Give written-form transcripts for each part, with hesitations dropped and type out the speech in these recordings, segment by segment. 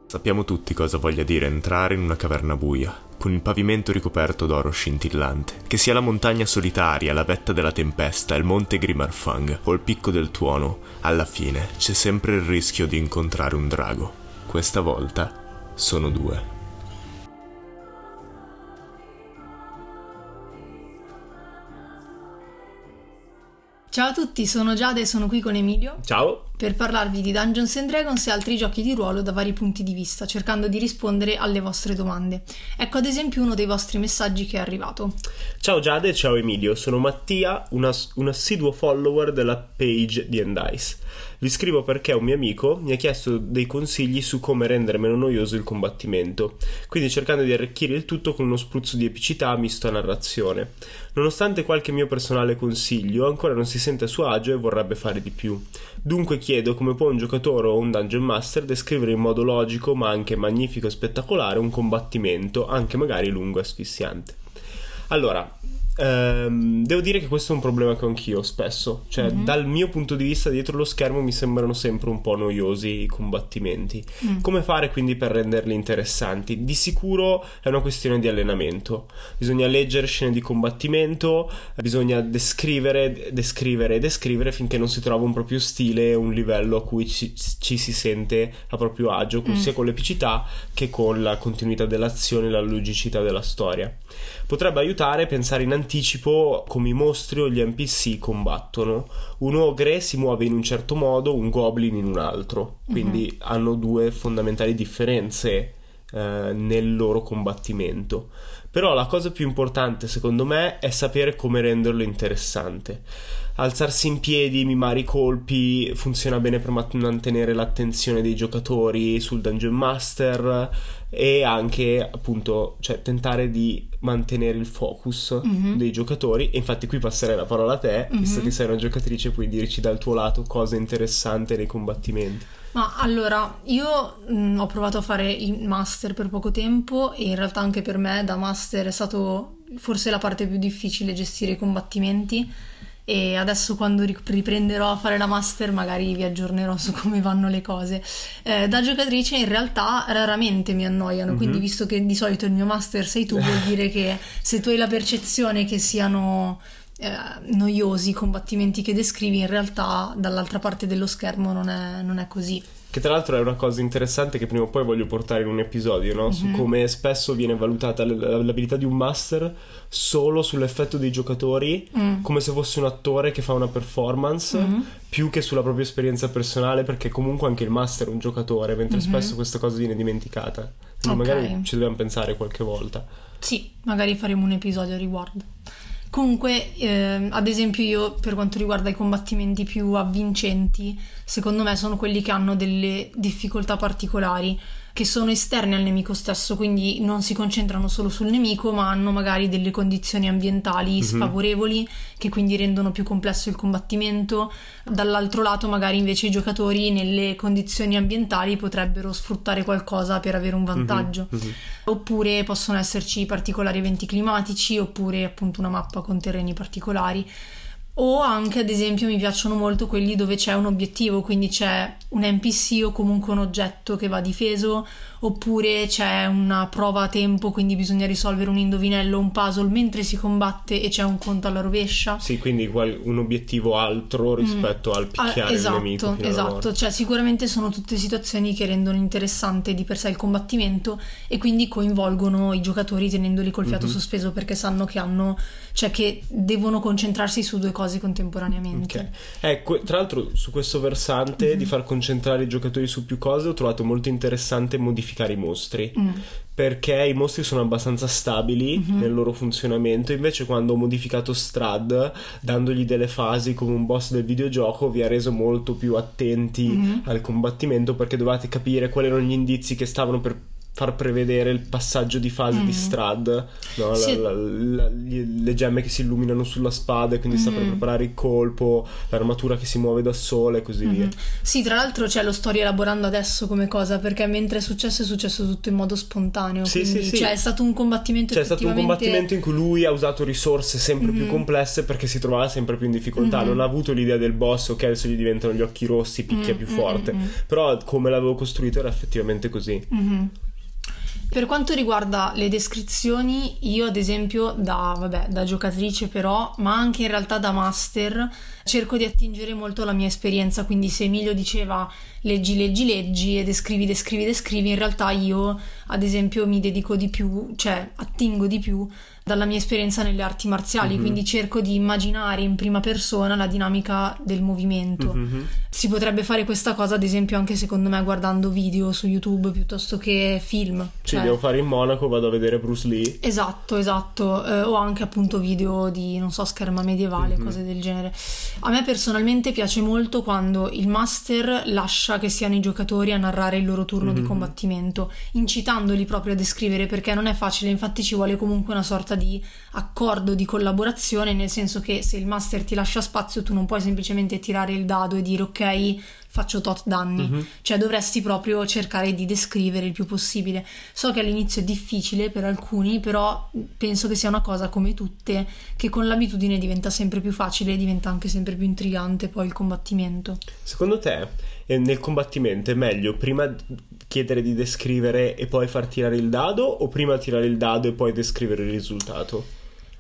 Sappiamo tutti cosa voglia dire entrare in una caverna buia, con il pavimento ricoperto d'oro scintillante. Che sia la montagna solitaria, la vetta della tempesta, il monte Grimarfang o il picco del tuono, alla fine c'è sempre il rischio di incontrare un drago. Questa volta sono due. Ciao a tutti, sono Giada e sono qui con Emilio. Ciao! Per parlarvi di Dungeons & Dragons e altri giochi di ruolo da vari punti di vista, cercando di rispondere alle vostre domande. Ecco ad esempio uno dei vostri messaggi che è arrivato. Ciao Giada e ciao Emilio, sono Mattia, un assiduo follower della page di Dice. Vi scrivo perché un mio amico mi ha chiesto dei consigli su come rendere meno noioso il combattimento, quindi cercando di arricchire il tutto con uno spruzzo di epicità misto a narrazione. Nonostante qualche mio personale consiglio, ancora non si sente a suo agio e vorrebbe fare di più. Dunque chiedo come può un giocatore o un Dungeon Master descrivere in modo logico ma anche magnifico e spettacolare un combattimento, anche magari lungo e asfissiante. Allora, devo dire che questo è un problema che ho anch'io spesso, cioè dal mio punto di vista dietro lo schermo mi sembrano sempre un po' noiosi i combattimenti. Come fare quindi per renderli interessanti? Di sicuro è una questione di allenamento, bisogna leggere scene di combattimento, bisogna descrivere finché non si trova un proprio stile, un livello a cui ci si sente a proprio agio, sia con l'epicità che con la continuità dell'azione e la logicità della storia. Potrebbe aiutare a pensare in anticipo come i mostri o gli NPC combattono. Un ogre si muove in un certo modo, un goblin in un altro, quindi hanno due fondamentali differenze nel loro combattimento. Però la cosa più importante secondo me è sapere come renderlo interessante. Alzarsi in piedi, mimare i colpi funziona bene per mantenere l'attenzione dei giocatori sul Dungeon Master e anche appunto tentare di mantenere il focus dei giocatori. E infatti qui passerei la parola a te, visto che sei una giocatrice, puoi dirci dal tuo lato cosa è interessante nei combattimenti. Ma allora, io ho provato a fare il master per poco tempo e in realtà anche per me da master è stato forse la parte più difficile gestire i combattimenti, e adesso quando riprenderò a fare la master magari vi aggiornerò su come vanno le cose. Da giocatrice in realtà raramente mi annoiano, quindi visto che di solito il mio master sei tu, vuol dire che se tu hai la percezione che siano noiosi i combattimenti che descrivi, in realtà dall'altra parte dello schermo non è così. Che tra l'altro è una cosa interessante che prima o poi voglio portare in un episodio, no? Su come spesso viene valutata l'abilità di un master solo sull'effetto dei giocatori, come se fosse un attore che fa una performance, più che sulla propria esperienza personale, perché comunque anche il master è un giocatore, mentre spesso questa cosa viene dimenticata. Quindi magari ci dobbiamo pensare qualche volta. Sì, magari faremo un episodio a riguardo. Comunque, ad esempio io, per quanto riguarda i combattimenti più avvincenti, secondo me sono quelli che hanno delle difficoltà particolari, che sono esterne al nemico stesso, quindi non si concentrano solo sul nemico, ma hanno magari delle condizioni ambientali sfavorevoli, che quindi rendono più complesso il combattimento. Dall'altro lato magari invece i giocatori nelle condizioni ambientali potrebbero sfruttare qualcosa per avere un vantaggio. Oppure possono esserci particolari eventi climatici, oppure appunto una mappa con terreni particolari. O anche, ad esempio, mi piacciono molto quelli dove c'è un obiettivo, quindi c'è un NPC o comunque un oggetto che va difeso, oppure c'è una prova a tempo, quindi bisogna risolvere un indovinello, un puzzle mentre si combatte e c'è un conto alla rovescia. Sì, quindi un obiettivo altro rispetto al picchiare il nemico. Esatto, cioè sicuramente sono tutte situazioni che rendono interessante di per sé il combattimento e quindi coinvolgono i giocatori tenendoli col fiato sospeso, perché sanno che che devono concentrarsi su due cose contemporaneamente. Tra l'altro su questo versante di far concentrare i giocatori su più cose ho trovato molto interessante modificare i mostri, perché i mostri sono abbastanza stabili nel loro funzionamento. Invece quando ho modificato Strahd, dandogli delle fasi come un boss del videogioco, vi ha reso molto più attenti al combattimento, perché dovevate capire quali erano gli indizi che stavano per far prevedere il passaggio di fase di Strahd, no? Sì. Le gemme che si illuminano sulla spada e quindi sta per preparare il colpo, l'armatura che si muove da sola e così via. Sì, tra l'altro lo sto rielaborando adesso come cosa, perché mentre è successo tutto in modo spontaneo, Sì, quindi, sì. cioè è stato un combattimento Cioè è stato un effettivamente... combattimento in cui lui ha usato risorse sempre più complesse perché si trovava sempre più in difficoltà. Non ha avuto l'idea del boss, ok, adesso gli diventano gli occhi rossi, picchia più forte, però come l'avevo costruito era effettivamente così. Per quanto riguarda le descrizioni, io ad esempio da giocatrice però, ma anche in realtà da master, cerco di attingere molto alla mia esperienza, quindi se Emilio diceva leggi e descrivi, in realtà io ad esempio mi dedico di più, cioè attingo di più dalla mia esperienza nelle arti marziali, quindi cerco di immaginare in prima persona la dinamica del movimento. Si potrebbe fare questa cosa ad esempio anche secondo me guardando video su YouTube piuttosto che film. Sì, devo fare in Monaco, vado a vedere Bruce Lee. Esatto, o anche appunto video di, non so, scherma medievale, cose del genere. A me personalmente piace molto quando il master lascia che siano i giocatori a narrare il loro turno di combattimento, incitandoli proprio a descrivere, perché non è facile, infatti ci vuole comunque una sorta di accordo di collaborazione, nel senso che se il master ti lascia spazio tu non puoi semplicemente tirare il dado e dire ok, faccio tot danni, cioè dovresti proprio cercare di descrivere il più possibile. So che all'inizio è difficile per alcuni, però penso che sia una cosa come tutte che con l'abitudine diventa sempre più facile e diventa anche sempre più intrigante poi il combattimento. Secondo te nel combattimento è meglio prima chiedere di descrivere e poi far tirare il dado, o prima tirare il dado e poi descrivere il risultato?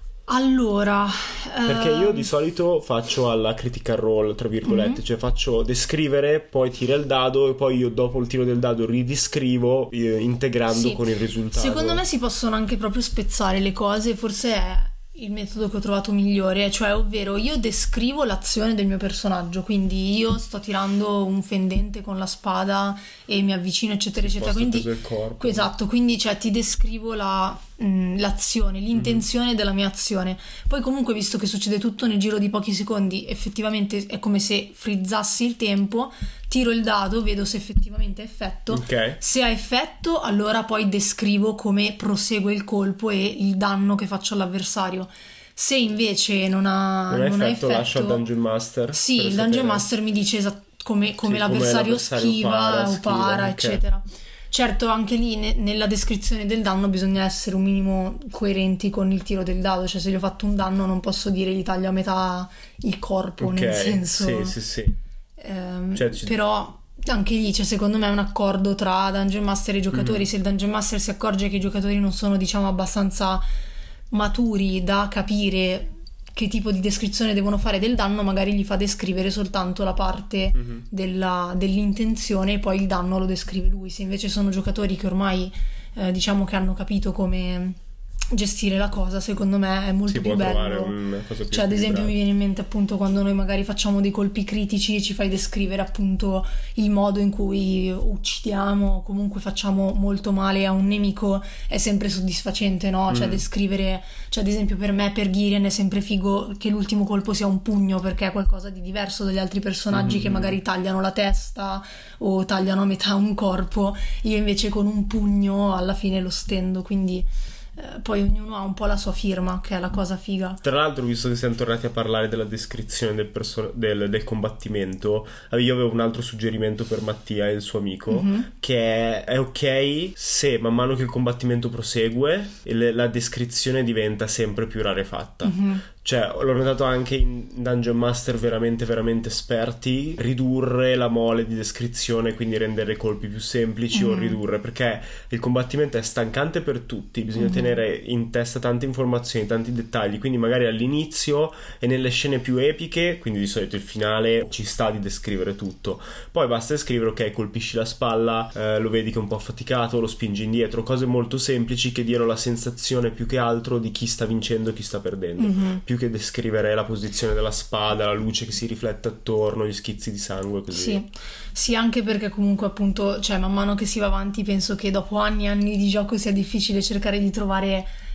Allora, perché io di solito faccio alla critical role, tra virgolette, cioè faccio descrivere, poi tira il dado e poi io dopo il tiro del dado ridescrivo integrando con il risultato. Secondo me si possono anche proprio spezzare le cose, forse è il metodo che ho trovato migliore, cioè ovvero io descrivo l'azione del mio personaggio, quindi io sto tirando un fendente con la spada e mi avvicino eccetera eccetera, quindi il corpo. Esatto, quindi cioè ti descrivo l'azione, l'intenzione della mia azione. Poi comunque, visto che succede tutto nel giro di pochi secondi, effettivamente è come se frizzassi il tempo, tiro il dado, vedo se effettivamente ha effetto. Okay. Se ha effetto, allora poi descrivo come prosegue il colpo e il danno che faccio all'avversario. Se invece non ha effetto, lascio al Dungeon Master. Sì, il Dungeon Master mi dice come l'avversario schiva o para, okay, eccetera. Certo, anche lì nella descrizione del danno bisogna essere un minimo coerenti con il tiro del dado, cioè se gli ho fatto un danno non posso dire gli taglio a metà il corpo, okay, nel senso... Sì. Però anche lì c'è secondo me un accordo tra Dungeon Master e giocatori. Se il Dungeon Master si accorge che i giocatori non sono, diciamo, abbastanza maturi da capire che tipo di descrizione devono fare del danno, magari gli fa descrivere soltanto la parte dell'intenzione e poi il danno lo descrive lui. Se invece sono giocatori che ormai diciamo che hanno capito come gestire la cosa, secondo me è molto più bello. Una cosa più cioè ad esempio mi viene in mente appunto quando noi magari facciamo dei colpi critici e ci fai descrivere appunto il modo in cui uccidiamo o comunque facciamo molto male a un nemico, è sempre soddisfacente, no? Cioè descrivere, cioè ad esempio per me, per Gideon è sempre figo che l'ultimo colpo sia un pugno, perché è qualcosa di diverso dagli altri personaggi che magari tagliano la testa o tagliano a metà un corpo. Io invece con un pugno alla fine lo stendo, quindi poi ognuno ha un po' la sua firma, che è la cosa figa. Tra l'altro, visto che siamo tornati a parlare della descrizione del combattimento, io avevo un altro suggerimento per Mattia e il suo amico, che è ok se man mano che il combattimento prosegue la descrizione diventa sempre più rarefatta. Cioè, l'ho notato anche in Dungeon Master veramente veramente esperti, ridurre la mole di descrizione, quindi rendere i colpi più semplici o ridurre, perché il combattimento è stancante per tutti, bisogna tenere in testa tante informazioni, tanti dettagli, quindi magari all'inizio e nelle scene più epiche, quindi di solito il finale, ci sta di descrivere tutto, poi basta scrivere ok, colpisci la spalla, lo vedi che è un po' affaticato, lo spingi indietro, cose molto semplici che diano la sensazione più che altro di chi sta vincendo e chi sta perdendo, più che descrivere la posizione della spada, la luce che si riflette attorno, gli schizzi di sangue, così. Sì, anche perché comunque appunto, cioè man mano che si va avanti penso che dopo anni e anni di gioco sia difficile cercare di trovare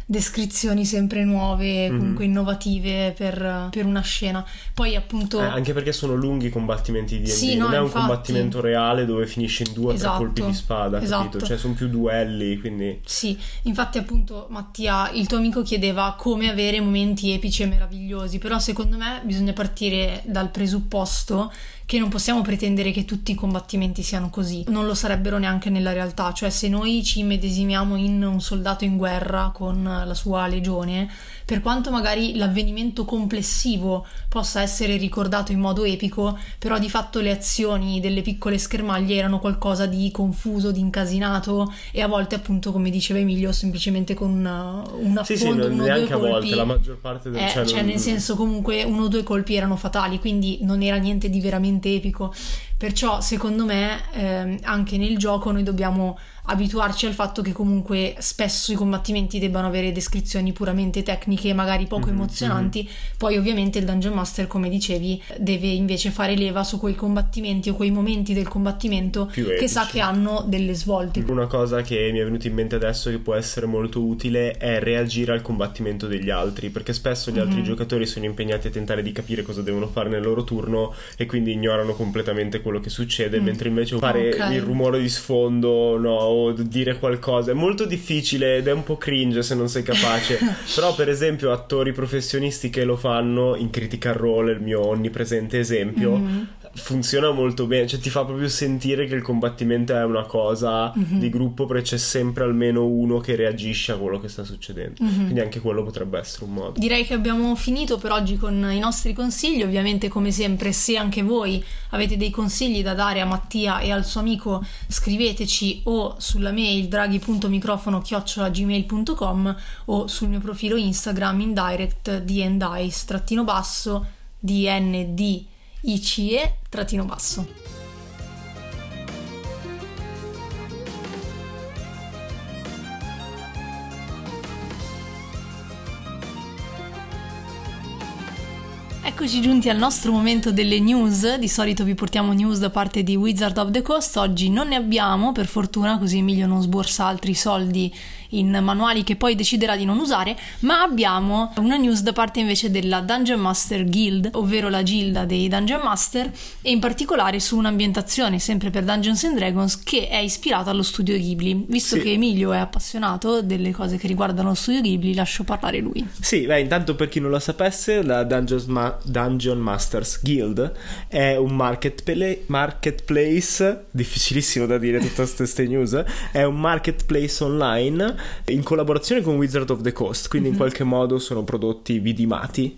descrizioni sempre nuove, comunque innovative per una scena. Poi appunto anche perché sono lunghi i combattimenti di D&D, sì, non no, è un infatti, combattimento reale dove finisce in 2 o 3 colpi di spada, capito? Cioè sono più duelli, quindi sì, infatti appunto Mattia, il tuo amico chiedeva come avere momenti epici e meravigliosi, però secondo me bisogna partire dal presupposto che non possiamo pretendere che tutti i combattimenti siano così, non lo sarebbero neanche nella realtà. Cioè se noi ci immedesimiamo in un soldato in guerra con la sua legione, per quanto magari l'avvenimento complessivo possa essere ricordato in modo epico, però di fatto le azioni delle piccole schermaglie erano qualcosa di confuso, di incasinato, e a volte appunto, come diceva Emilio, semplicemente con un affondo, uno o due colpi, a volte, la maggior parte del cioè nel senso comunque 1 o 2 colpi erano fatali, quindi non era niente di veramente epico. Perciò secondo me anche nel gioco noi dobbiamo abituarci al fatto che comunque spesso i combattimenti debbano avere descrizioni puramente tecniche, magari poco emozionanti. Poi ovviamente il Dungeon Master, come dicevi, deve invece fare leva su quei combattimenti o quei momenti del combattimento che sa che hanno delle svolte. Una cosa che mi è venuta in mente adesso che può essere molto utile è reagire al combattimento degli altri, perché spesso gli altri giocatori sono impegnati a tentare di capire cosa devono fare nel loro turno e quindi ignorano completamente quello che succede, mentre invece fare il rumore di sfondo, no, o dire qualcosa è molto difficile ed è un po' cringe se non sei capace. Però per esempio attori professionisti che lo fanno, in Critical Role, il mio onnipresente esempio, funziona molto bene, cioè ti fa proprio sentire che il combattimento è una cosa di gruppo, perché c'è sempre almeno uno che reagisce a quello che sta succedendo. Quindi anche quello potrebbe essere un modo. Direi che abbiamo finito per oggi con i nostri consigli. Ovviamente, come sempre, se anche voi avete dei consigli da dare a Mattia e al suo amico, scriveteci o sulla mail draghi.microfono@gmail.com o sul mio profilo Instagram in direct _dice_ DNDICE_. Eccoci giunti al nostro momento delle news. Di solito vi portiamo news da parte di Wizard of the Coast. Oggi non ne abbiamo, per fortuna, così Emilio non sborsa altri soldi in manuali che poi deciderà di non usare, ma abbiamo una news da parte invece della Dungeon Master Guild, ovvero la gilda dei Dungeon Master, e in particolare su un'ambientazione sempre per Dungeons and Dragons che è ispirata allo studio Ghibli. Visto che Emilio è appassionato delle cose che riguardano lo studio Ghibli, lascio parlare lui. Sì, beh, intanto per chi non lo sapesse, la Dungeon Masters Guild è un marketplace, difficilissimo da dire tutte queste news, è un marketplace online in collaborazione con Wizard of the Coast, quindi in qualche modo sono prodotti vidimati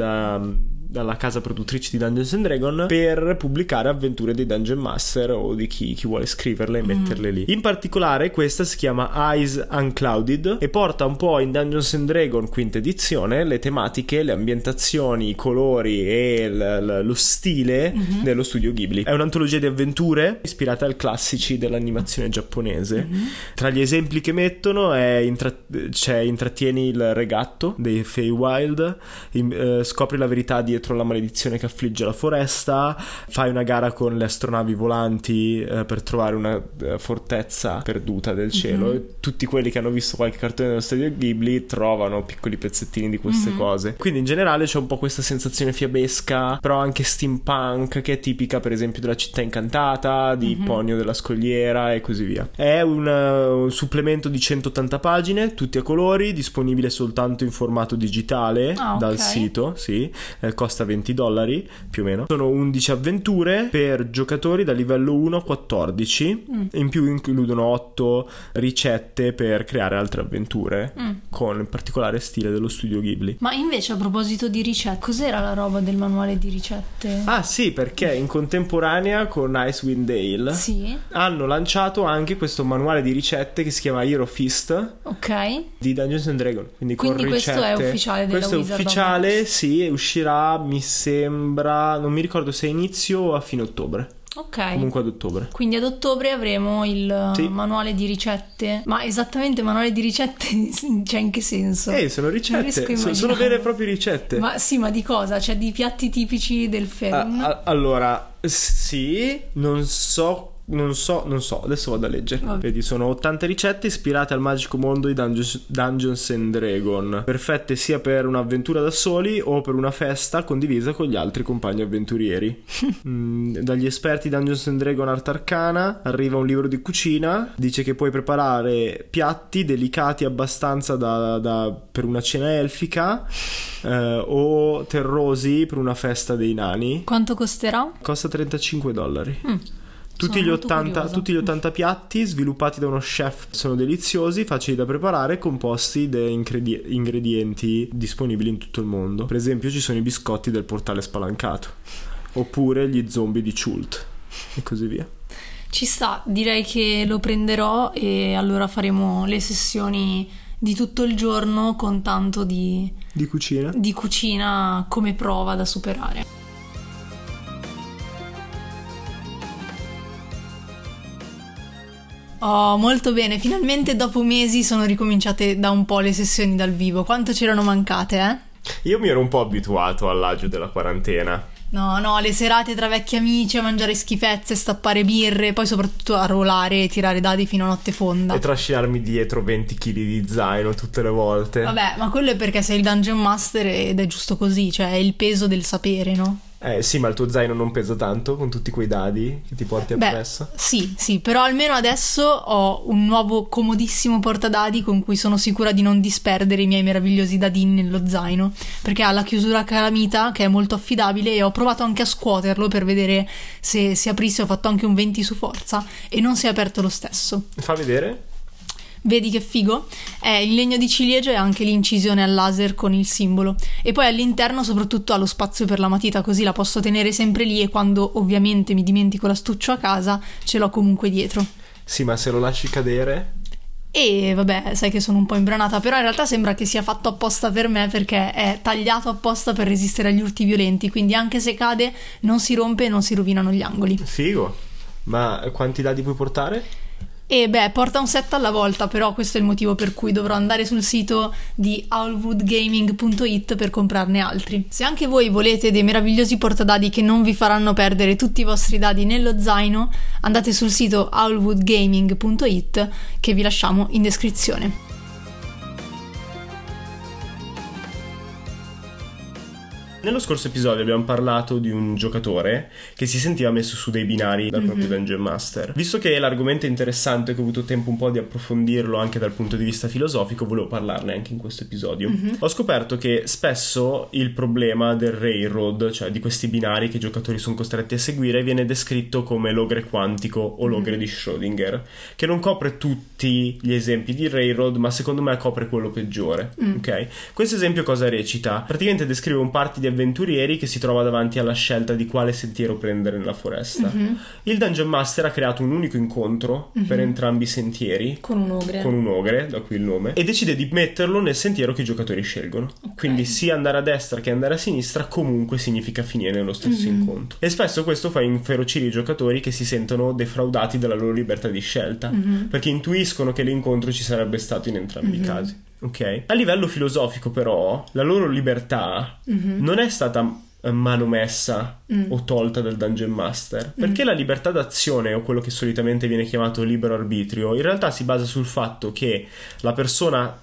dalla casa produttrice di Dungeons and Dragons per pubblicare avventure dei Dungeon Master o di chi vuole scriverle e metterle lì. In particolare questa si chiama Eyes Unclouded e porta un po' in Dungeons and Dragons quinta edizione le tematiche, le ambientazioni, i colori e lo stile dello studio Ghibli. È un'antologia di avventure ispirata ai classici dell'animazione giapponese. Tra gli esempi che mettono c'è Intrattieni il regatto dei Feywild, scopri la verità dietro la maledizione che affligge la foresta, fai una gara con le astronavi volanti per trovare una fortezza perduta del cielo, e tutti quelli che hanno visto qualche cartone dello studio Ghibli trovano piccoli pezzettini di queste cose. Quindi in generale c'è un po' questa sensazione fiabesca, però anche steampunk, che è tipica per esempio della città incantata, di Ponyo della Scogliera e così via. È un supplemento di 180 pagine, tutti a colori, disponibile soltanto in formato digitale dal sito, costa $20 più o meno. Sono 11 avventure per giocatori da livello 1 a 14. In più includono 8 ricette per creare altre avventure con il particolare stile dello studio Ghibli. Ma invece, a proposito di ricette, cos'era la roba del manuale di ricette? Ah sì, perché in contemporanea con Icewind Dale hanno lanciato anche questo manuale di ricette che si chiama Hero Fist di Dungeons and Dragons. Quindi con ricette. Questo è ufficiale della Questo è Wizard ufficiale, sì, uscirà, mi sembra, non mi ricordo se a inizio o a fine ottobre. Comunque ad ottobre. Quindi ad ottobre avremo il manuale di ricette. Ma esattamente manuale di ricette, cioè in che senso? Sono ricette, sono vere e proprie ricette. Ma sì, ma di cosa? Cioè di piatti tipici del Faerun? Allora, sì, non so non so, adesso vado a leggere. Vedi, sono 80 ricette ispirate al magico mondo di Dungeons and Dragons, perfette sia per un'avventura da soli o per una festa condivisa con gli altri compagni avventurieri. Dagli esperti Dungeons and Dragons Art Arcana arriva un libro di cucina, dice che puoi preparare piatti delicati abbastanza per una cena elfica o terrosi per una festa dei nani. Quanto costerà? Costa $35. Tutti gli 80 piatti sviluppati da uno chef sono deliziosi, facili da preparare, composti da ingredienti disponibili in tutto il mondo. Per esempio ci sono i biscotti del portale spalancato, oppure gli zombie di Chult e così via. Ci sta, direi che lo prenderò e allora faremo le sessioni di tutto il giorno con tanto di cucina come prova da superare. Oh, molto bene, finalmente dopo mesi sono ricominciate da un po' le sessioni dal vivo. Quanto c'erano mancate, eh? Io mi ero un po' abituato all'agio della quarantena. No, le serate tra vecchi amici a mangiare schifezze, stappare birre, poi soprattutto a rolare e tirare dadi fino a notte fonda. E trascinarmi dietro 20 kg di zaino tutte le volte. Vabbè, ma quello è perché sei il Dungeon Master ed è giusto così, cioè è il peso del sapere, no? Sì, ma il tuo zaino non pesa tanto con tutti quei dadi che ti porti appresso? Sì, però almeno adesso ho un nuovo comodissimo portadadi con cui sono sicura di non disperdere i miei meravigliosi dadini nello zaino, perché ha la chiusura calamita che è molto affidabile e ho provato anche a scuoterlo per vedere se si aprisse. Ho fatto anche un 20 su forza e non si è aperto lo stesso. Fa vedere? Vedi che figo? È in legno di ciliegio e anche l'incisione al laser con il simbolo. E poi all'interno soprattutto ha lo spazio per la matita, così la posso tenere sempre lì e quando ovviamente mi dimentico l'astuccio a casa ce l'ho comunque dietro. Sì, ma se lo lasci cadere? E vabbè, sai che sono un po' imbranata, però in realtà sembra che sia fatto apposta per me perché è tagliato apposta per resistere agli urti violenti, quindi anche se cade non si rompe e non si rovinano gli angoli. Figo! Ma quanti dadi puoi portare? E porta un set alla volta, però questo è il motivo per cui dovrò andare sul sito di owlwoodgaming.it per comprarne altri. Se anche voi volete dei meravigliosi portadadi che non vi faranno perdere tutti i vostri dadi nello zaino, andate sul sito owlwoodgaming.it che vi lasciamo in descrizione. Nello scorso episodio abbiamo parlato di un giocatore che si sentiva messo su dei binari dal proprio Dungeon Master. Visto che l'argomento è interessante e che ho avuto tempo un po' di approfondirlo anche dal punto di vista filosofico, volevo parlarne anche in questo episodio. Ho scoperto che spesso il problema del railroad, cioè di questi binari che i giocatori sono costretti a seguire, viene descritto come l'ogre quantico o l'ogre di Schrödinger, che non copre tutti gli esempi di railroad, ma secondo me copre quello peggiore. Ok? Questo esempio cosa recita? Praticamente descrive un party di avventurieri che si trova davanti alla scelta di quale sentiero prendere nella foresta. Il Dungeon Master ha creato un unico incontro per entrambi i sentieri con un ogre, da qui il nome, e decide di metterlo nel sentiero che i giocatori scelgono. Quindi sia andare a destra che andare a sinistra comunque significa finire nello stesso incontro. E spesso questo fa inferocire i giocatori che si sentono defraudati dalla loro libertà di scelta, perché intuiscono che l'incontro ci sarebbe stato in entrambi i casi. Ok? A livello filosofico però la loro libertà non è stata manomessa o tolta dal Dungeon Master, perché la libertà d'azione, o quello che solitamente viene chiamato libero arbitrio, in realtà si basa sul fatto che la persona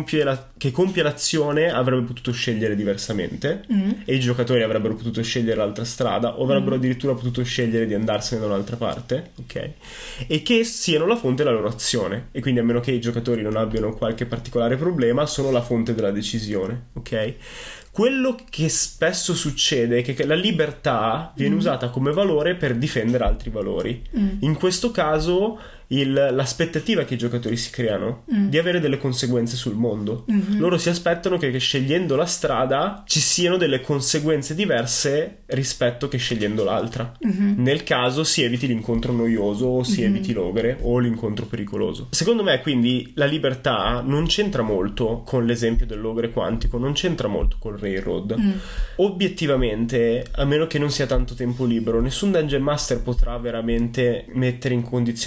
che compie l'azione avrebbe potuto scegliere diversamente e i giocatori avrebbero potuto scegliere l'altra strada o avrebbero addirittura potuto scegliere di andarsene da un'altra parte, ok? E che siano la fonte della loro azione, e quindi a meno che i giocatori non abbiano qualche particolare problema sono la fonte della decisione, ok? Quello che spesso succede è che la libertà viene usata come valore per difendere altri valori. In questo caso l'aspettativa che i giocatori si creano di avere delle conseguenze sul mondo. Loro si aspettano che scegliendo la strada ci siano delle conseguenze diverse rispetto che scegliendo l'altra. Nel caso si eviti l'incontro noioso o si eviti l'ogre o l'incontro pericoloso. Secondo me quindi la libertà non c'entra molto con l'esempio dell'ogre quantico, non c'entra molto col railroad. Obiettivamente, a meno che non sia tanto tempo libero, nessun Dungeon Master potrà veramente mettere in condizione di assumere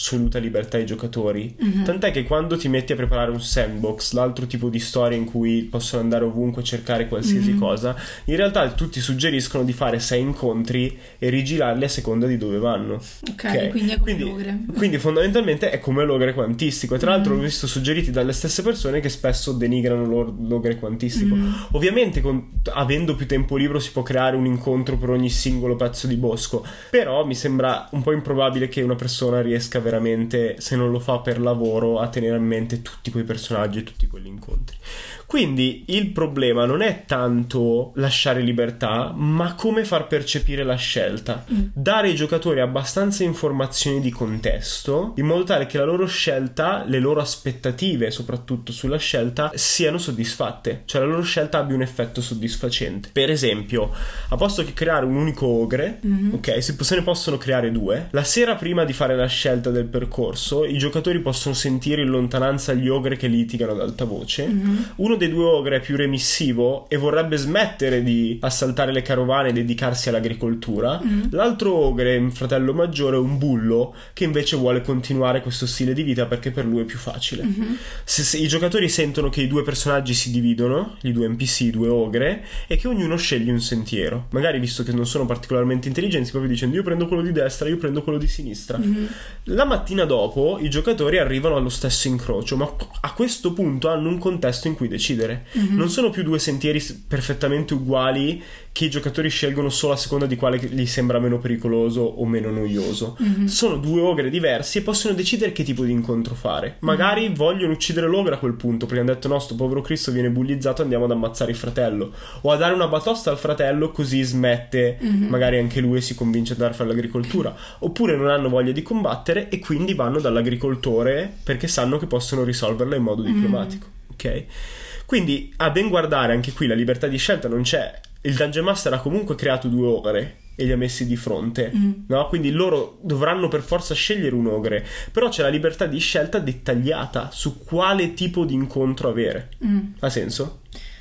assoluta libertà ai giocatori. Tant'è che quando ti metti a preparare un sandbox, l'altro tipo di storia in cui possono andare ovunque a cercare qualsiasi cosa, in realtà tutti suggeriscono di fare 6 incontri e rigirarli a seconda di dove vanno. Ok, quindi è come l'ogre. Quindi fondamentalmente è come l'ogre quantistico. E tra l'altro l'ho visto suggeriti dalle stesse persone che spesso denigrano l'ogre quantistico. Ovviamente avendo più tempo libero si può creare un incontro per ogni singolo pezzo di bosco, però mi sembra un po' improbabile che una persona riesca veramente, se non lo fa per lavoro, a tenere in mente tutti quei personaggi e tutti quegli incontri. Quindi il problema non è tanto lasciare libertà, ma come far percepire la scelta. Dare ai giocatori abbastanza informazioni di contesto, in modo tale che la loro scelta, le loro aspettative soprattutto sulla scelta, siano soddisfatte. Cioè la loro scelta abbia un effetto soddisfacente. Per esempio, a posto che creare un unico ogre, ok, se ne possono creare 2. La sera prima di fare la scelta del percorso, i giocatori possono sentire in lontananza gli ogre che litigano ad alta voce. Uno dei 2 ogre è più remissivo e vorrebbe smettere di assaltare le carovane e dedicarsi all'agricoltura. L'altro ogre, un fratello maggiore, è un bullo che invece vuole continuare questo stile di vita perché per lui è più facile. Se i giocatori sentono che i 2 personaggi si dividono, i 2 NPC, i 2 ogre, e che ognuno sceglie un sentiero, magari visto che non sono particolarmente intelligenti, proprio dicendo io prendo quello di destra, io prendo quello di sinistra. La mattina dopo i giocatori arrivano allo stesso incrocio, ma a questo punto hanno un contesto in cui decidere. Non sono più 2 sentieri perfettamente uguali che i giocatori scelgono solo a seconda di quale gli sembra meno pericoloso o meno noioso. Sono 2 ogre diversi e possono decidere che tipo di incontro fare. Magari vogliono uccidere l'ogre a quel punto perché hanno detto no, sto povero Cristo viene bullizzato, andiamo ad ammazzare il fratello, o a dare una batosta al fratello così smette magari anche lui e si convince ad andare a fare l'agricoltura. Oppure non hanno voglia di combattere e quindi vanno dall'agricoltore perché sanno che possono risolverla in modo diplomatico. Ok? Quindi a ben guardare anche qui la libertà di scelta non c'è. Il Dungeon Master ha comunque creato 2 ogre e li ha messi di fronte, no? Quindi loro dovranno per forza scegliere un ogre, però c'è la libertà di scelta dettagliata su quale tipo di incontro avere. Ha senso?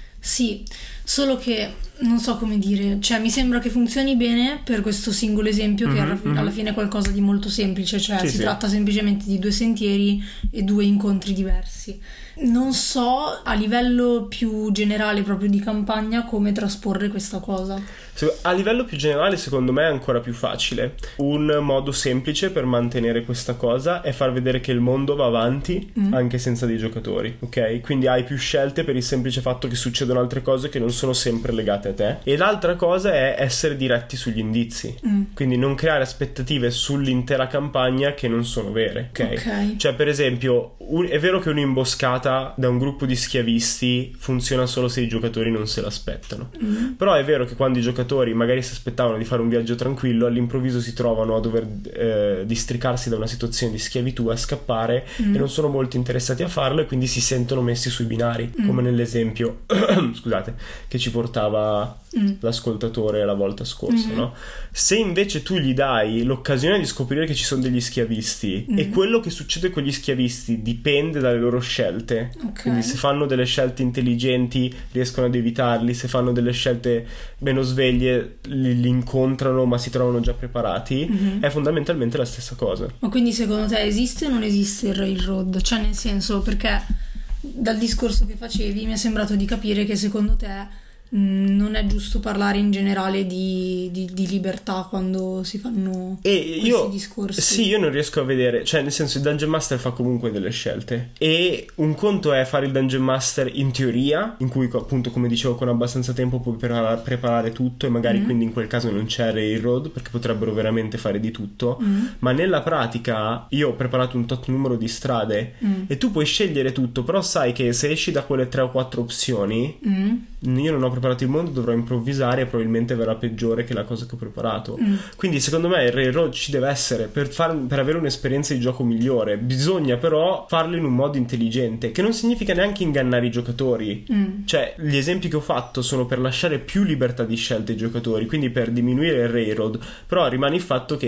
Sì, solo che non so come dire, cioè mi sembra che funzioni bene per questo singolo esempio che alla fine è qualcosa di molto semplice, cioè si tratta semplicemente di 2 sentieri e 2 incontri diversi. Non so a livello più generale proprio di campagna come trasporre questa cosa. A livello più generale secondo me è ancora più facile. Un modo semplice per mantenere questa cosa è far vedere che il mondo va avanti anche senza dei giocatori, ok? Quindi hai più scelte per il semplice fatto che succedono altre cose che non sono sempre legate a te. E l'altra cosa è essere diretti sugli indizi, quindi non creare aspettative sull'intera campagna che non sono vere, ok? Cioè per esempio è vero che un'imboscata da un gruppo di schiavisti funziona solo se i giocatori non se l'aspettano, però è vero che quando i giocatori magari si aspettavano di fare un viaggio tranquillo, all'improvviso si trovano a dover districarsi da una situazione di schiavitù, a scappare, e non sono molto interessati a farlo e quindi si sentono messi sui binari, come nell'esempio scusate, che ci portava l'ascoltatore la volta scorsa, no? Se invece tu gli dai l'occasione di scoprire che ci sono degli schiavisti e quello che succede con gli schiavisti dipende dalle loro scelte, quindi se fanno delle scelte intelligenti riescono ad evitarli, se fanno delle scelte meno sveglie li incontrano ma si trovano già preparati, è fondamentalmente la stessa cosa. Ma quindi secondo te esiste o non esiste il Railroad? Cioè nel senso, perché dal discorso che facevi mi è sembrato di capire che secondo te non è giusto parlare in generale di libertà quando si fanno questi discorsi. Sì, io non riesco a vedere, cioè nel senso il Dungeon Master fa comunque delle scelte e un conto è fare il Dungeon Master in teoria, in cui appunto come dicevo con abbastanza tempo puoi preparare tutto e magari quindi in quel caso non c'è Railroad perché potrebbero veramente fare di tutto, ma nella pratica io ho preparato un tot numero di strade e tu puoi scegliere tutto, però sai che se esci da quelle 3 o 4 opzioni io non ho preparato il mondo, dovrò improvvisare e probabilmente verrà peggiore che la cosa che ho preparato. Quindi secondo me il Railroad ci deve essere per avere un'esperienza di gioco migliore. Bisogna però farlo in un modo intelligente, che non significa neanche ingannare i giocatori. Cioè gli esempi che ho fatto sono per lasciare più libertà di scelta ai giocatori, quindi per diminuire il Railroad, però rimane il fatto che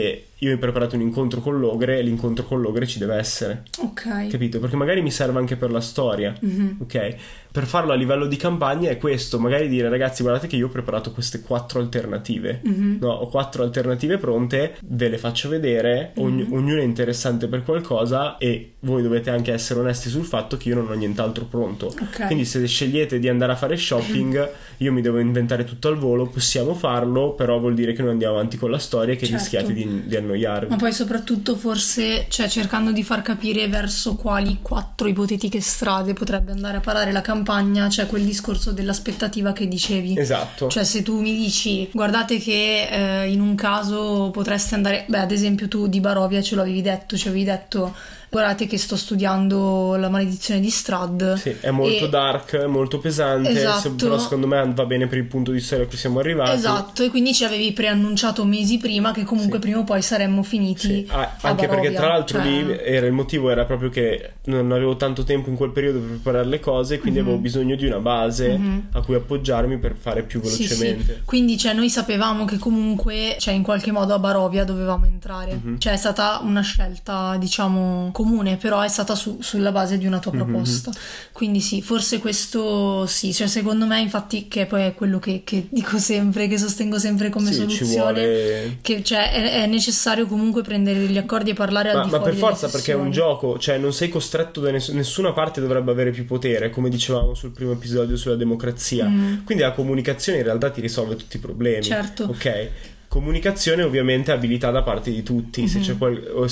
io ho preparato un incontro con l'ogre e l'incontro con l'ogre ci deve essere. Ok. Capito? Perché magari mi serve anche per la storia, ok? Per farlo a livello di campagna è questo, magari dire ragazzi guardate che io ho preparato queste 4 alternative, no? Ho 4 alternative pronte, ve le faccio vedere, ognuna è interessante per qualcosa e voi dovete anche essere onesti sul fatto che io non ho nient'altro pronto. Ok. Quindi se scegliete di andare a fare shopping, io mi devo inventare tutto al volo, possiamo farlo, però vuol dire che non andiamo avanti con la storia e che Certo. rischiate di annoiarvi. Ma poi soprattutto forse, cioè, cercando di far capire verso quali 4 ipotetiche strade potrebbe andare a parare la campagna, c'è quel discorso dell'aspettativa che dicevi. Esatto. Cioè se tu mi dici guardate che in un caso potreste andare, ad esempio tu di Barovia ce l'avevi detto, ci avevi detto guardate che sto studiando La maledizione di Strahd. Sì, è molto dark, è molto pesante, Esatto. però secondo me va bene per il punto di storia a cui siamo arrivati. Esatto, e quindi ci avevi preannunciato mesi prima che comunque prima o poi saremmo finiti. Sì. a Anche Barovia. perché tra l'altro Cioè, lì il motivo era proprio che non avevo tanto tempo in quel periodo per preparare le cose, quindi avevo bisogno di una base a cui appoggiarmi per fare più Sì, velocemente. sì. Quindi cioè, noi sapevamo che comunque in qualche modo a Barovia dovevamo entrare. Cioè è stata una scelta diciamo comune, però è stata sulla base di una tua proposta. Quindi sì, forse questo sì, cioè secondo me infatti che poi è quello che dico sempre, che sostengo sempre come Sì, soluzione, ci vuole... che cioè è necessario comunque prendere degli accordi e parlare al di Ma fuori per delle forza, perché è un sessioni. gioco, cioè non sei costretto da nessuna parte dovrebbe avere più potere, come dicevamo sul primo episodio sulla democrazia. Quindi la comunicazione in realtà ti risolve tutti i problemi. Certo. Ok. Comunicazione ovviamente abilità da parte di tutti. Se c'è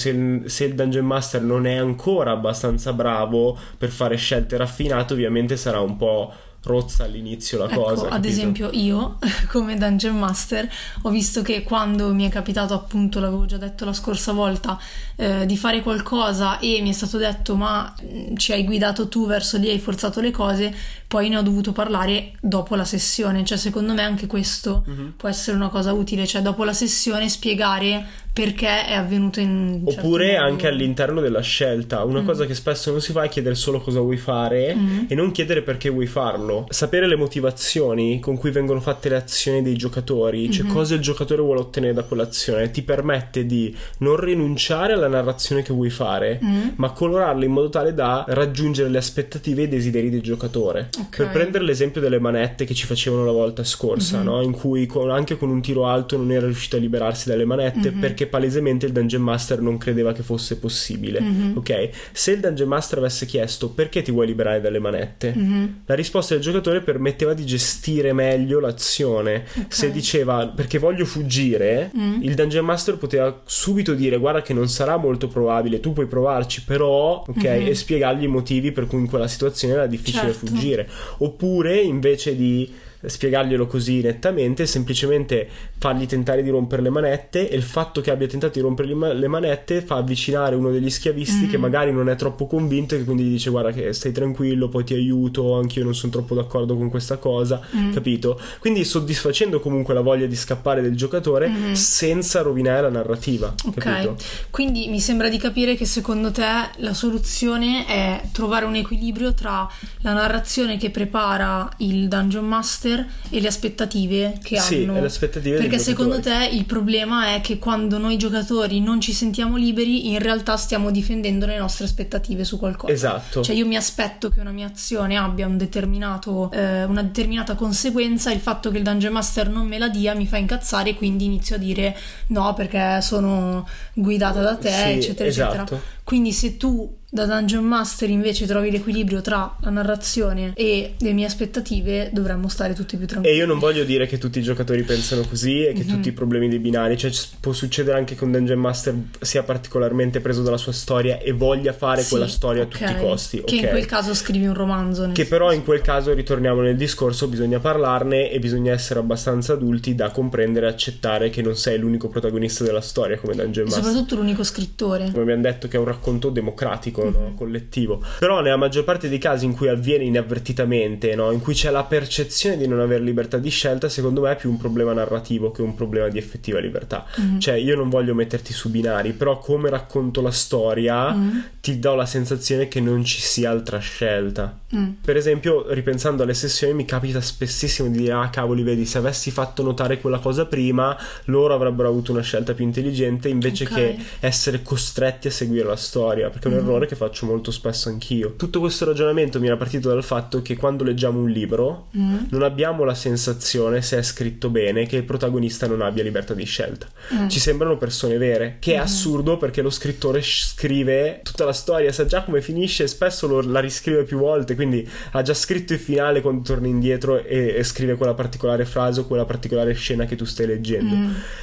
se il Dungeon Master non è ancora abbastanza bravo per fare scelte raffinate, ovviamente sarà un po' rozza all'inizio la cosa, ad capito? esempio io come Dungeon Master ho visto che quando mi è capitato, appunto l'avevo già detto la scorsa volta, di fare qualcosa e mi è stato detto ma ci hai guidato tu verso lì, hai forzato le cose, poi ne ho dovuto parlare dopo la sessione. Cioè secondo me anche questo può essere una cosa utile, cioè dopo la sessione spiegare perché è avvenuto in oppure certo anche modo. all'interno della scelta. Una cosa che spesso non si fa è chiedere solo cosa vuoi fare e non chiedere perché vuoi farlo. Sapere le motivazioni con cui vengono fatte le azioni dei giocatori, cioè cosa il giocatore vuole ottenere da quell'azione, ti permette di non rinunciare alla narrazione che vuoi fare, ma colorarla in modo tale da raggiungere le aspettative e i desideri del giocatore. Per prendere l'esempio delle manette che ci facevano la volta scorsa, no? In cui anche con un tiro alto non era riuscito a liberarsi dalle manette perché palesemente il Dungeon Master non credeva che fosse possibile. Ok? Se il Dungeon Master avesse chiesto perché ti vuoi liberare dalle manette, la risposta del giocatore permetteva di gestire meglio l'azione. Se diceva perché voglio fuggire, il Dungeon Master poteva subito dire guarda che non sarà molto probabile, tu puoi provarci però, ok? E spiegargli i motivi per cui in quella situazione era difficile fuggire. Oppure invece di spiegarglielo così nettamente, semplicemente fargli tentare di rompere le manette, e il fatto che abbia tentato di rompere le manette fa avvicinare uno degli schiavisti che magari non è troppo convinto e che quindi gli dice guarda che stai tranquillo, poi ti aiuto, anch'io non sono troppo d'accordo con questa cosa, capito? Quindi soddisfacendo comunque la voglia di scappare del giocatore senza rovinare la narrativa, capito? Quindi mi sembra di capire che secondo te la soluzione è trovare un equilibrio tra la narrazione che prepara il Dungeon Master e le aspettative che hanno. E le aspettative perché dei secondo giocatori. te il problema è che quando noi giocatori non ci sentiamo liberi, in realtà stiamo difendendo le nostre aspettative su qualcosa. Esatto. Cioè io mi aspetto che una mia azione abbia una determinata conseguenza, il fatto che il Dungeon Master non me la dia mi fa incazzare e quindi inizio a dire no perché sono guidata da te, eccetera eccetera. Quindi se tu da Dungeon Master invece trovi l'equilibrio tra la narrazione e le mie aspettative, dovremmo stare tutti più tranquilli. E io non voglio dire che tutti i giocatori pensano così e che tutti i problemi dei binari, cioè può succedere anche che un Dungeon Master sia particolarmente preso dalla sua storia e voglia fare quella storia a tutti i costi, che in quel caso scrivi un romanzo, che però in quel caso, ritorniamo nel discorso, bisogna parlarne e bisogna essere abbastanza adulti da comprendere e accettare che non sei l'unico protagonista della storia come Dungeon Master, soprattutto l'unico scrittore, come abbiamo detto, che è un racconto democratico, pubblico, no? Collettivo. Però nella maggior parte dei casi in cui avviene inavvertitamente, no? In cui c'è la percezione di non avere libertà di scelta, secondo me è più un problema narrativo che un problema di effettiva libertà. Cioè, io non voglio metterti su binari, però come racconto la storia ti do la sensazione che non ci sia altra scelta. Per esempio, ripensando alle sessioni, mi capita spessissimo di dire: ah, cavoli, vedi, se avessi fatto notare quella cosa prima, loro avrebbero avuto una scelta più intelligente, invece che essere costretti a seguire la storia, perché è un errore che faccio molto spesso anch'io. Tutto questo ragionamento mi era partito dal fatto che quando leggiamo un libro non abbiamo la sensazione, se è scritto bene, che il protagonista non abbia libertà di scelta. Ci sembrano persone vere, che è assurdo, perché lo scrittore scrive tutta la storia, sa già come finisce, spesso la riscrive più volte, quindi ha già scritto il finale quando torna indietro e scrive quella particolare frase o quella particolare scena che tu stai leggendo.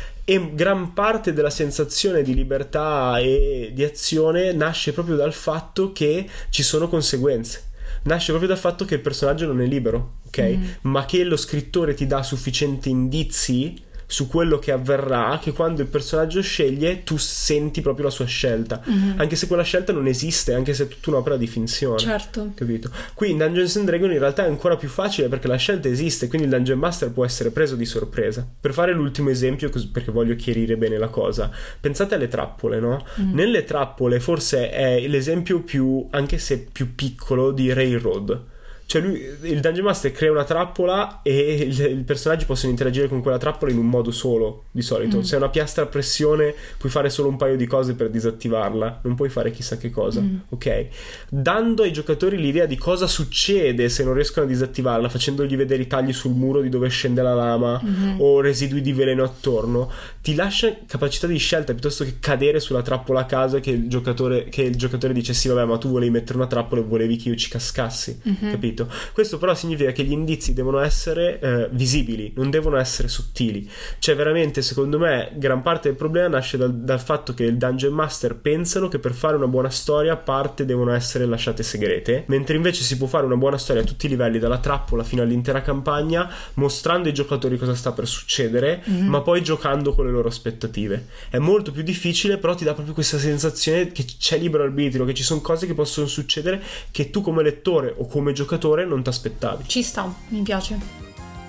E gran parte della sensazione di libertà e di azione nasce proprio dal fatto che ci sono conseguenze, nasce proprio dal fatto che il personaggio non è libero, ok? Ma che lo scrittore ti dà sufficienti indizi su quello che avverrà, che quando il personaggio sceglie tu senti proprio la sua scelta, anche se quella scelta non esiste, anche se è tutta un'opera di finzione. Certo. Capito? Qui in Dungeons and Dragons in realtà è ancora più facile, perché la scelta esiste, quindi il Dungeon Master può essere preso di sorpresa. Per fare l'ultimo esempio, perché voglio chiarire bene la cosa, pensate alle trappole, no? Nelle trappole forse è l'esempio più, anche se più piccolo, di Railroad. Cioè il Dungeon Master crea una trappola e i personaggi possono interagire con quella trappola in un modo solo, di solito. Se è una piastra a pressione puoi fare solo un paio di cose per disattivarla, non puoi fare chissà che cosa, ok? Dando ai giocatori l'idea di cosa succede se non riescono a disattivarla, facendogli vedere i tagli sul muro di dove scende la lama o residui di veleno attorno, ti lascia capacità di scelta, piuttosto che cadere sulla trappola a caso e che il giocatore dice: sì, vabbè, ma tu volevi mettere una trappola e volevi che io ci cascassi, capito? Questo però significa che gli indizi devono essere visibili, non devono essere sottili. Cioè, veramente, secondo me, gran parte del problema nasce dal fatto che il Dungeon Master pensano che per fare una buona storia parte devono essere lasciate segrete, mentre invece si può fare una buona storia a tutti i livelli, dalla trappola fino all'intera campagna, mostrando ai giocatori cosa sta per succedere, ma poi giocando con le loro aspettative. È molto più difficile, però ti dà proprio questa sensazione che c'è libero arbitrio, che ci sono cose che possono succedere che tu come lettore o come giocatore non ti aspettavi. Ci sta, mi piace.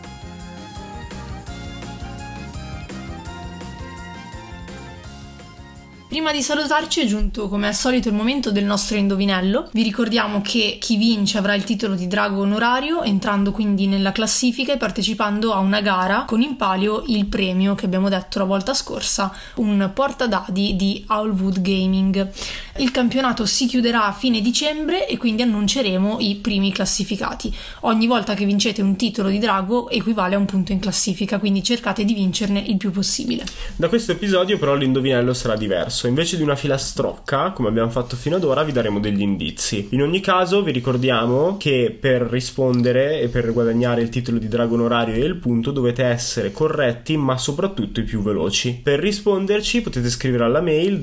Prima di salutarci è giunto come al solito il momento del nostro indovinello. Vi ricordiamo che chi vince avrà il titolo di drago onorario, entrando quindi nella classifica e partecipando a una gara con in palio il premio che abbiamo detto la volta scorsa, un portadadi di Owlwood Gaming. Il campionato si chiuderà a fine dicembre e quindi annunceremo i primi classificati. Ogni volta che vincete un titolo di drago equivale a un punto in classifica, quindi cercate di vincerne il più possibile. Da questo episodio però l'indovinello sarà diverso. Invece di una filastrocca, come abbiamo fatto fino ad ora, vi daremo degli indizi. In ogni caso vi ricordiamo che per rispondere e per guadagnare il titolo di drago onorario e il punto dovete essere corretti, ma soprattutto i più veloci. Per risponderci potete scrivere alla mail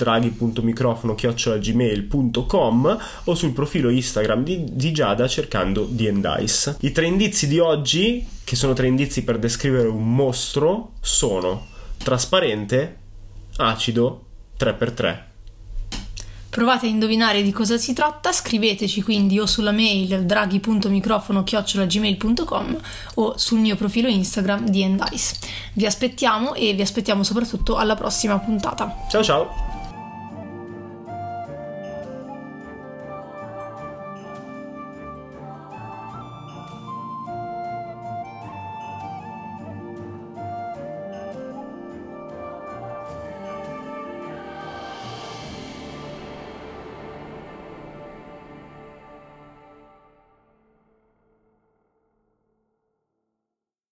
draghi.microfono@gmail.com o sul profilo Instagram di Giada cercando D&Dice. I 3 indizi di oggi, che sono 3 indizi per descrivere un mostro, sono trasparente, acido, 3x3. Provate a indovinare di cosa si tratta, scriveteci quindi o sulla mail draghi.microfono@gmail.com o sul mio profilo Instagram D&Dice. Vi aspettiamo e vi aspettiamo soprattutto alla prossima puntata. Ciao ciao!